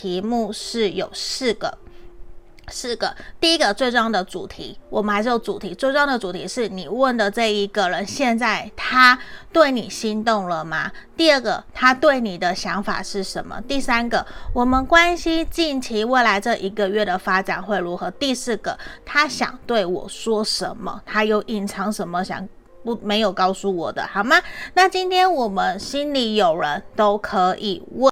题目是有四个。第一个最重要的主题，我们还是有主题，最重要的主题是你问的这一个人，现在他对你心动了吗？第二个，他对你的想法是什么？第三个，我们关系近期未来这1个月的发展会如何？第四个，他想对我说什么？他有隐藏什么没有告诉我的，好吗？那今天我们心里有人都可以问。